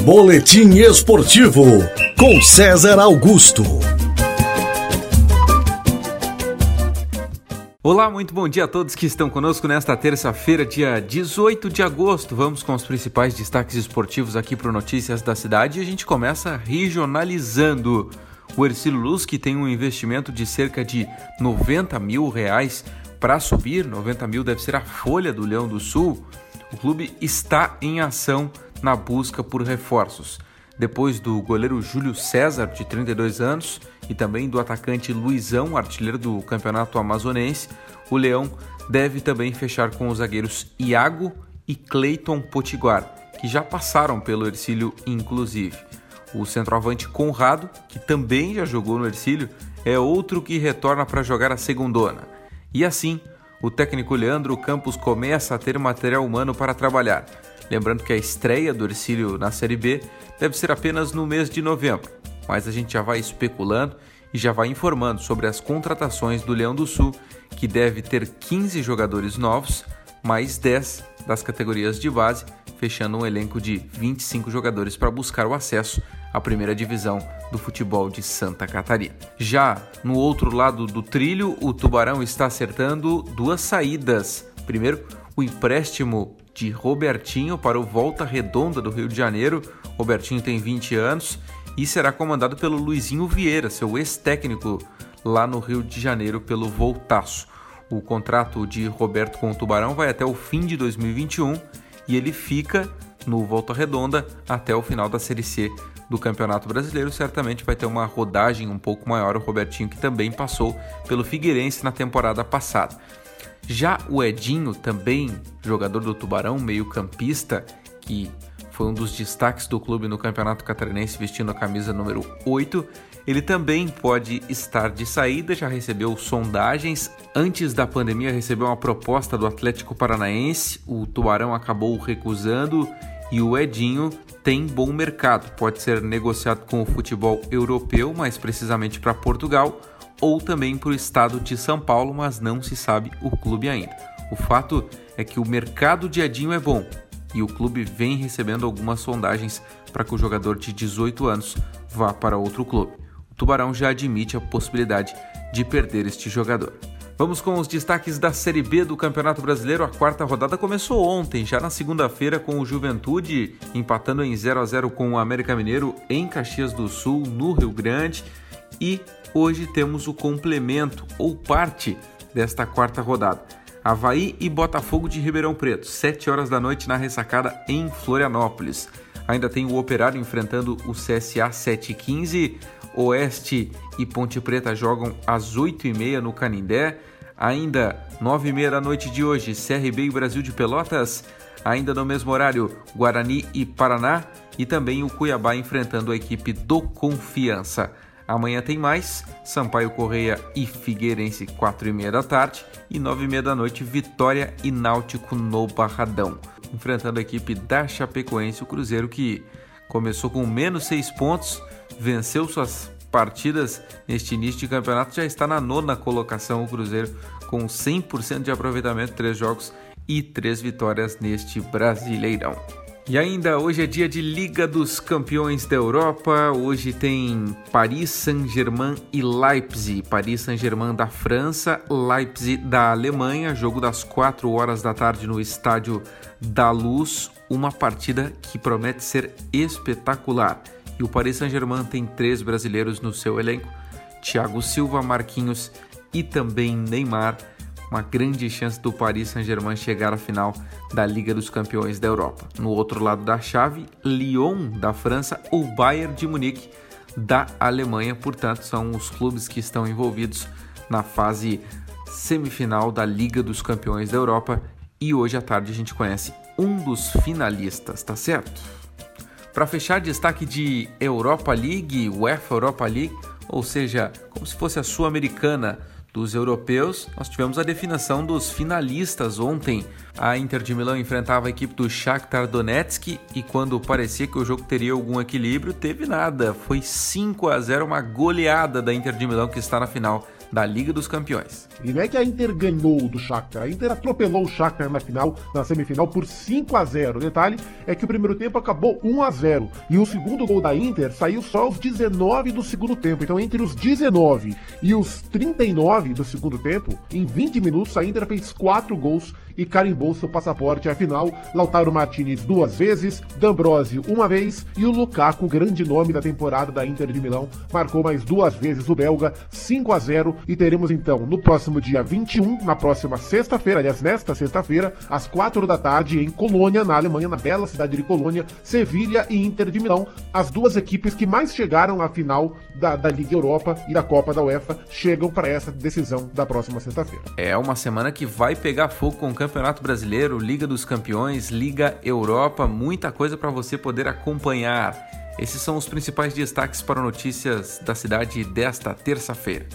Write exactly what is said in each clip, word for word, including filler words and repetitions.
Boletim Esportivo com César Augusto. Olá, muito bom dia a todos que estão conosco nesta terça-feira, dia dezoito de agosto. Vamos com os principais destaques esportivos aqui para o Notícias da Cidade e a gente começa regionalizando. O Hercílio Luz, que tem um investimento de cerca de noventa mil reais para subir, noventa mil deve ser a folha do Leão do Sul, o clube está em ação na busca por reforços. Depois do goleiro Júlio César, de trinta e dois anos, e também do atacante Luizão, artilheiro do Campeonato Amazonense, o Leão deve também fechar com os zagueiros Iago e Cleiton Potiguar, que já passaram pelo Hercílio inclusive. O centroavante Conrado, que também já jogou no Hercílio, é outro que retorna para jogar a segundona. E assim, o técnico Leandro Campos começa a ter material humano para trabalhar. Lembrando que a estreia do Hercílio na Série B deve ser apenas no mês de novembro, mas a gente já vai especulando e já vai informando sobre as contratações do Leão do Sul, que deve ter quinze jogadores novos, mais dez das categorias de base, fechando um elenco de vinte e cinco jogadores para buscar o acesso à primeira divisão do futebol de Santa Catarina. Já no outro lado do trilho, o Tubarão está acertando duas saídas. Primeiro, o empréstimo de Robertinho para o Volta Redonda do Rio de Janeiro. Robertinho tem vinte anos e será comandado pelo Luizinho Vieira, seu ex-técnico lá no Rio de Janeiro pelo Voltaço. O contrato de Roberto com o Tubarão vai até o fim de dois mil e vinte e um e ele fica no Volta Redonda até o final da Série C do Campeonato Brasileiro. Certamente vai ter uma rodagem um pouco maior o Robertinho, que também passou pelo Figueirense na temporada passada. Já o Edinho, também jogador do Tubarão, meio-campista, que foi um dos destaques do clube no Campeonato Catarinense, vestindo a camisa número oito, ele também pode estar de saída, já recebeu sondagens. Antes da pandemia recebeu uma proposta do Atlético Paranaense, o Tubarão acabou recusando e o Edinho tem bom mercado. Pode ser negociado com o futebol europeu, mais precisamente para Portugal, ou também para o estado de São Paulo, mas não se sabe o clube ainda. O fato é que o mercado de Edinho é bom e o clube vem recebendo algumas sondagens para que o jogador de dezoito anos vá para outro clube. O Tubarão já admite a possibilidade de perder este jogador. Vamos com os destaques da Série B do Campeonato Brasileiro. A quarta rodada começou ontem, já na segunda-feira, com o Juventude empatando em zero a zero com o América Mineiro em Caxias do Sul, no Rio Grande. E hoje temos o complemento, ou parte, desta quarta rodada. Avaí e Botafogo de Ribeirão Preto, sete horas da noite na Ressacada em Florianópolis. Ainda tem o Operário enfrentando o C S A sete e quinze, Oeste e Ponte Preta jogam às oito e meia no Canindé. Ainda nove e meia da noite de hoje, C R B e Brasil de Pelotas. Ainda no mesmo horário, Guarani e Paraná. E também o Cuiabá enfrentando a equipe do Confiança. Amanhã tem mais, Sampaio Correia e Figueirense, quatro e meia da tarde. E nove e meia da noite, Vitória e Náutico no Barradão. Enfrentando a equipe da Chapecoense, o Cruzeiro, que começou com menos seis pontos, venceu suas partidas neste início de campeonato, já está na nona colocação o Cruzeiro, com cem por cento de aproveitamento, três jogos e três vitórias neste Brasileirão. E ainda hoje é dia de Liga dos Campeões da Europa. Hoje tem Paris Saint-Germain e Leipzig. Paris Saint-Germain da França, Leipzig da Alemanha. Jogo das quatro horas da tarde no Estádio da Luz. Uma partida que promete ser espetacular. E o Paris Saint-Germain tem três brasileiros no seu elenco. Thiago Silva, Marquinhos e também Neymar. Uma grande chance do Paris Saint-Germain chegar à final da Liga dos Campeões da Europa. No outro lado da chave, Lyon da França ou Bayern de Munique da Alemanha. Portanto, são os clubes que estão envolvidos na fase semifinal da Liga dos Campeões da Europa. E hoje à tarde a gente conhece um dos finalistas, tá certo? Para fechar, destaque de Europa League, UEFA Europa League, ou seja, como se fosse a Sul-Americana dos europeus. Nós tivemos a definição dos finalistas ontem. A Inter de Milão enfrentava a equipe do Shakhtar Donetsk e quando parecia que o jogo teria algum equilíbrio, teve nada. Foi cinco a zero, uma goleada da Inter de Milão, que está na final da Liga dos Campeões. E não é que a Inter ganhou do Shakhtar, a Inter atropelou o Shakhtar na final, na semifinal por cinco a zero. O detalhe é que o primeiro tempo acabou um a zero e o segundo gol da Inter saiu só aos dezenove do segundo tempo. Então entre os dezenove e os trinta e nove do segundo tempo, em vinte minutos a Inter fez quatro gols e carimbou seu passaporte à final. Lautaro Martinez duas vezes, D'Ambrosio uma vez e o Lukaku, grande nome da temporada da Inter de Milão, marcou mais duas vezes o belga, cinco a zero, e teremos então no próximo dia vinte e um, na próxima sexta-feira, aliás nesta sexta-feira, às quatro da tarde em Colônia, na Alemanha, na bela cidade de Colônia, Sevilha e Inter de Milão, as duas equipes que mais chegaram à final da, da Liga Europa e da Copa da UEFA, chegam para essa decisão da próxima sexta-feira. É uma semana que vai pegar fogo com o Campeonato Brasileiro, Liga dos Campeões, Liga Europa, muita coisa para você poder acompanhar. Esses são os principais destaques para notícias da cidade desta terça-feira.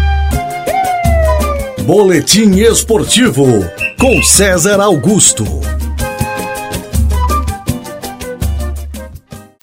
Boletim Esportivo com César Augusto.